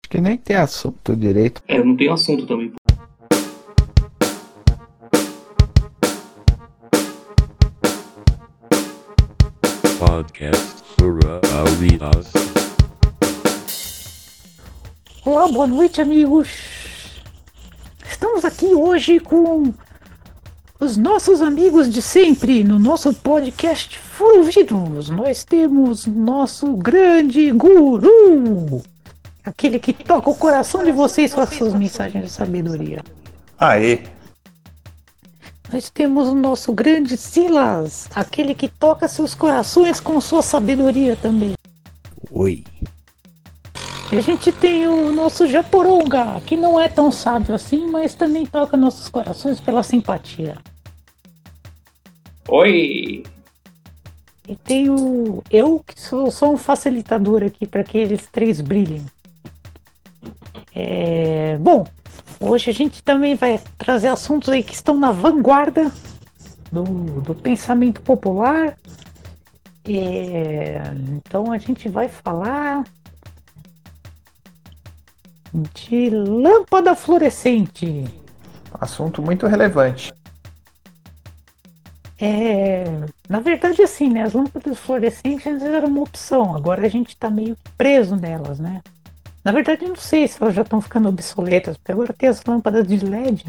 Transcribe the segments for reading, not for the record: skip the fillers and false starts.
Acho que nem tem assunto direito. Eu não tenho assunto também. Podcast Pura Alidas. Olá, boa noite, amigos. Estamos aqui hoje com os nossos amigos de sempre no nosso podcast Fluidos. Nós temos nosso grande guru, aquele que toca o coração de vocês com as suas mensagens de sabedoria. Aê! Nós temos o nosso grande Silas, aquele que toca seus corações com sua sabedoria também. Oi. E a gente tem o nosso Japoronga, que não é tão sábio assim, mas também toca nossos corações pela simpatia. Oi! E tem eu, que sou um facilitador aqui para que eles três brilhem. Bom, hoje a gente também vai trazer assuntos aí que estão na vanguarda do pensamento popular. Então a gente vai falar de lâmpada fluorescente. Assunto muito relevante. Na verdade, assim, né? As lâmpadas fluorescentes antes eram uma opção, agora a gente tá meio preso nelas, né? Na verdade, eu não sei se elas já estão ficando obsoletas, porque agora tem as lâmpadas de LED.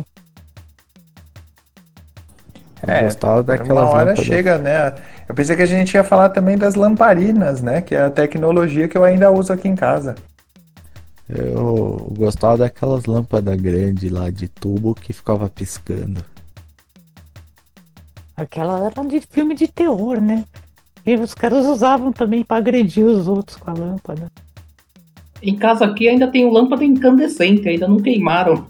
Eu gostava daquelas uma hora lâmpadas. chega, né? Eu pensei que a gente ia falar também das lamparinas, né? Que é a tecnologia que eu ainda uso aqui em casa. Eu gostava daquelas lâmpadas grandes lá de tubo que ficava piscando. Aquela era de filme de terror, né? E os caras usavam também para agredir os outros com a lâmpada. Em casa aqui ainda tem lâmpada incandescente, ainda não queimaram.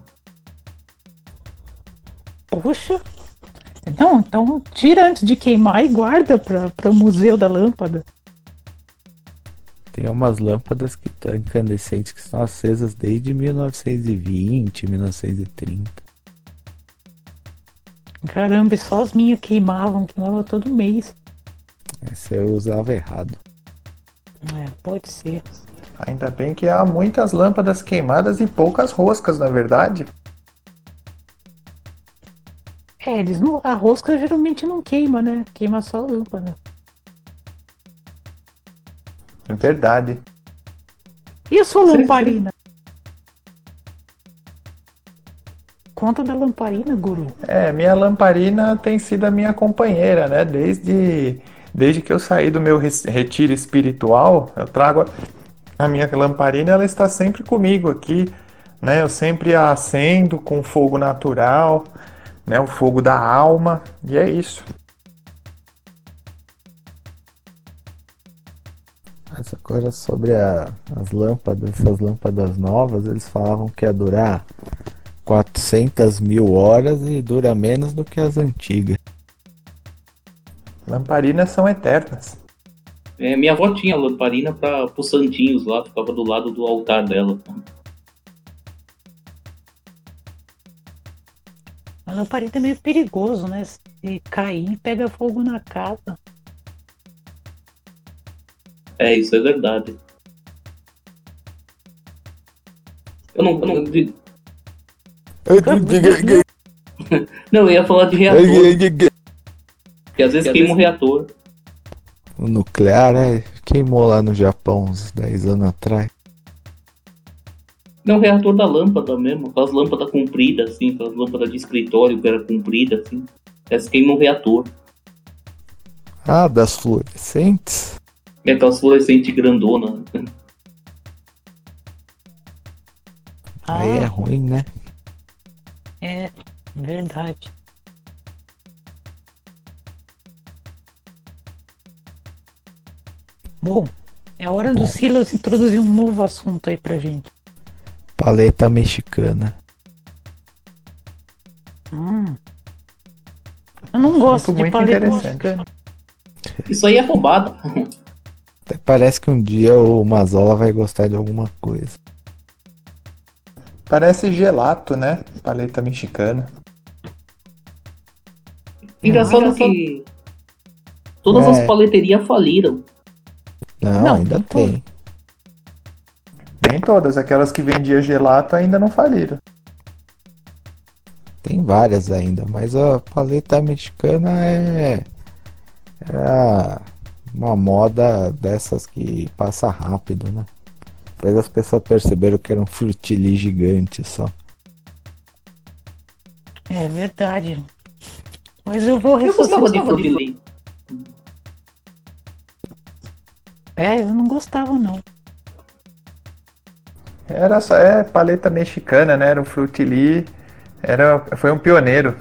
Poxa! Não, então tira antes de queimar e guarda para o museu da lâmpada. Tem umas lâmpadas que estão incandescentes que estão acesas desde 1920, 1930. Caramba, e só as minhas queimavam todo mês. Essa eu usava errado. Pode ser. Ainda bem que há muitas lâmpadas queimadas e poucas roscas, na verdade. A rosca geralmente não queima, né? Queima só a lâmpada. É verdade. E a sua lamparina? Conta da lamparina, guru. Minha lamparina tem sido a minha companheira, né? Desde que eu saí do meu retiro espiritual, eu trago a minha lamparina, ela está sempre comigo aqui, né? Eu sempre a acendo com fogo natural, né? O fogo da alma, e é isso. Essa coisa sobre as lâmpadas, essas lâmpadas novas, eles falavam que ia durar 400.000 horas e dura menos do que as antigas. Lamparinas são eternas. Minha avó tinha lamparina para os santinhos lá, ficava do lado do altar dela. A lamparina é meio perigoso, né? Se cair, pega fogo na casa. Isso é verdade. Não, eu ia falar de reator, que às vezes queima um reator. O nuclear, queimou lá no Japão uns 10 anos atrás. Não, o reator da lâmpada mesmo, aquelas lâmpadas compridas, assim, aquelas lâmpadas de escritório que era comprida, assim. Essas queimam o reator. Ah, das fluorescentes? Aquelas fluorescentes grandona. Aí é ruim, né? É, verdade. Bom, é hora do Silas introduzir um novo assunto aí pra gente. Paleta mexicana. Eu não gosto de muito paleta interessante. mexicana. Isso aí é roubado. Até parece que um dia o Mazola vai gostar de alguma coisa. Parece gelato, né? Paleta mexicana. Engraçado que todas as paleterias faliram. Não, Não, ainda não tem. Nem todas, aquelas que vendia gelato ainda não faliram. Tem várias ainda, mas a paleta mexicana é uma moda dessas que passa rápido, né? Depois as pessoas perceberam que era um frutili gigante só. É verdade. Mas eu vou Eu gostava de ressuscitar. Frutili. É, eu não gostava não. Era só, paleta mexicana, né? Era um frutili, foi um pioneiro.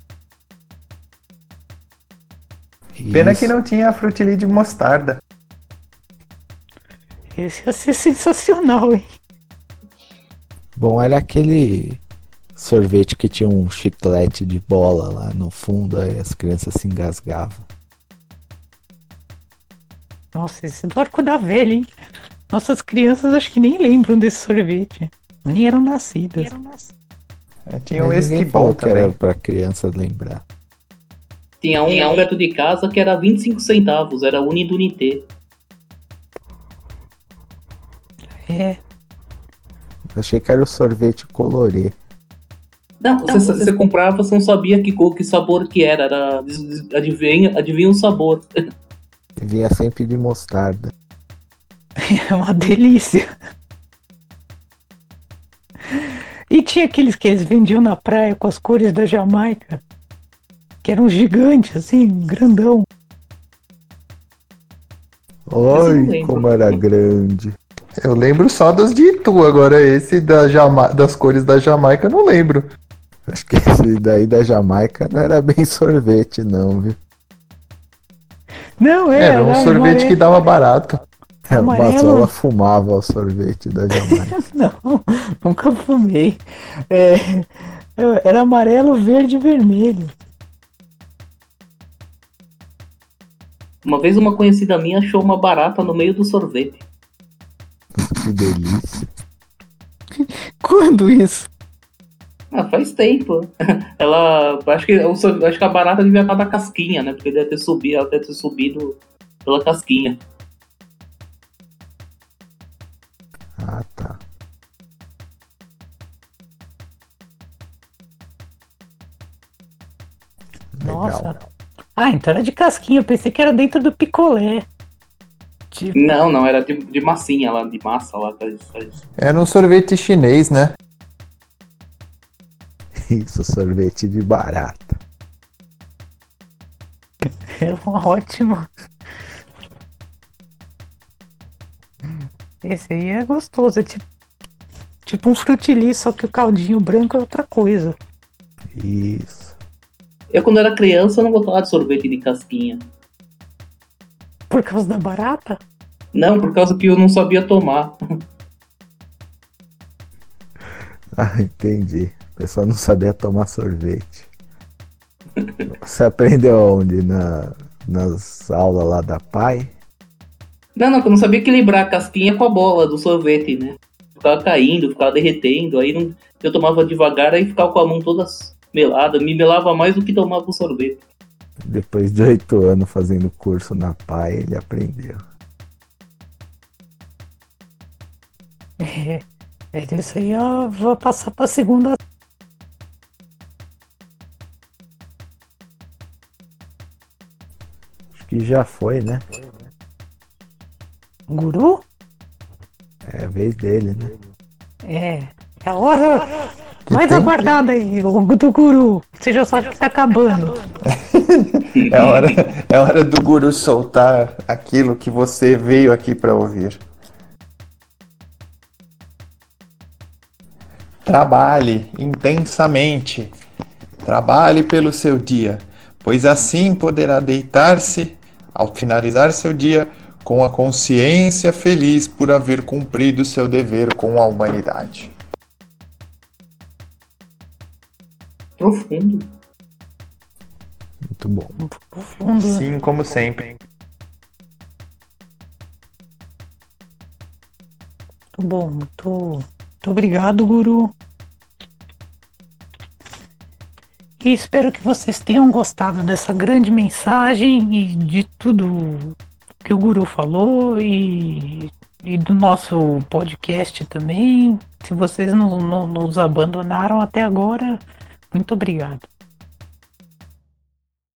Pena que Isso. não tinha frutili de mostarda. Esse ia ser sensacional, hein? Bom, era aquele sorvete que tinha um chiclete de bola lá no fundo, aí as crianças se engasgavam. Nossa, esse do arco da velha, hein? Nossas crianças acho que nem lembram desse sorvete. Nem eram nascidas. Tinha um Mas ninguém esquibol falou que era também. pra criança lembrar. Tinha um perto de casa que era 25 centavos, era Uni do Unité. É. Eu achei que era o sorvete colorê. Não, você comprava, você não sabia que sabor que era adivinha o sabor. Vinha sempre de mostarda. É uma delícia. E tinha aqueles que eles vendiam na praia com as cores da Jamaica. Que eram gigantes, assim, grandão. não Oi, lembro. como era grande. Eu lembro só dos de Itu, agora esse das cores da Jamaica eu não lembro. Acho que esse daí da Jamaica não era bem sorvete, não, viu? Não, Era um sorvete que dava barato. A Amarelo. Mazola fumava o sorvete da Jamaica. Não, nunca fumei. Era amarelo, verde e vermelho. Uma vez uma conhecida minha achou uma barata no meio do sorvete. Que delícia. Quando isso? Ah, faz tempo. Ela. Acho que a barata devia estar da casquinha, né? Porque ela deve ter subido pela casquinha. Ah, tá. Legal. Nossa. Ah, então era de casquinha. Eu pensei que era dentro do picolé. Tipo, Não, era de massinha lá, de massa lá. Era um sorvete chinês, né? Isso, sorvete de barata. é ótimo. Esse aí é gostoso. É tipo um frutili, só que o caldinho branco é outra coisa. Isso. Eu, quando era criança, não gostava de sorvete de casquinha. Por causa da barata? Não, por causa que eu não sabia tomar. Ah, entendi. A pessoa não sabia tomar sorvete. Você aprendeu onde? Nas aulas lá da PAI? Não, eu não sabia equilibrar a casquinha com a bola do sorvete, né? Ficava caindo, ficava derretendo, eu tomava devagar, aí ficava com a mão toda melada, me melava mais do que tomava o sorvete. Depois de 8 anos fazendo curso na PAI, ele aprendeu. Isso aí eu vou passar pra segunda. Acho que já foi, né? Guru? É a vez dele, né? É a hora mais tem? aguardada aí, o do guru. Você já sabe que tá acabando. É hora do guru soltar aquilo que você veio aqui para ouvir. Trabalhe intensamente. Trabalhe pelo seu dia, pois assim poderá deitar-se, ao finalizar seu dia, com a consciência feliz por haver cumprido seu dever com a humanidade. Profundo. Muito bom. Profundo. Sim, como sempre. Muito bom. Muito obrigado, guru. E espero que vocês tenham gostado dessa grande mensagem e de tudo que o guru falou e e do nosso podcast também. Se vocês não nos abandonaram até agora, muito obrigado.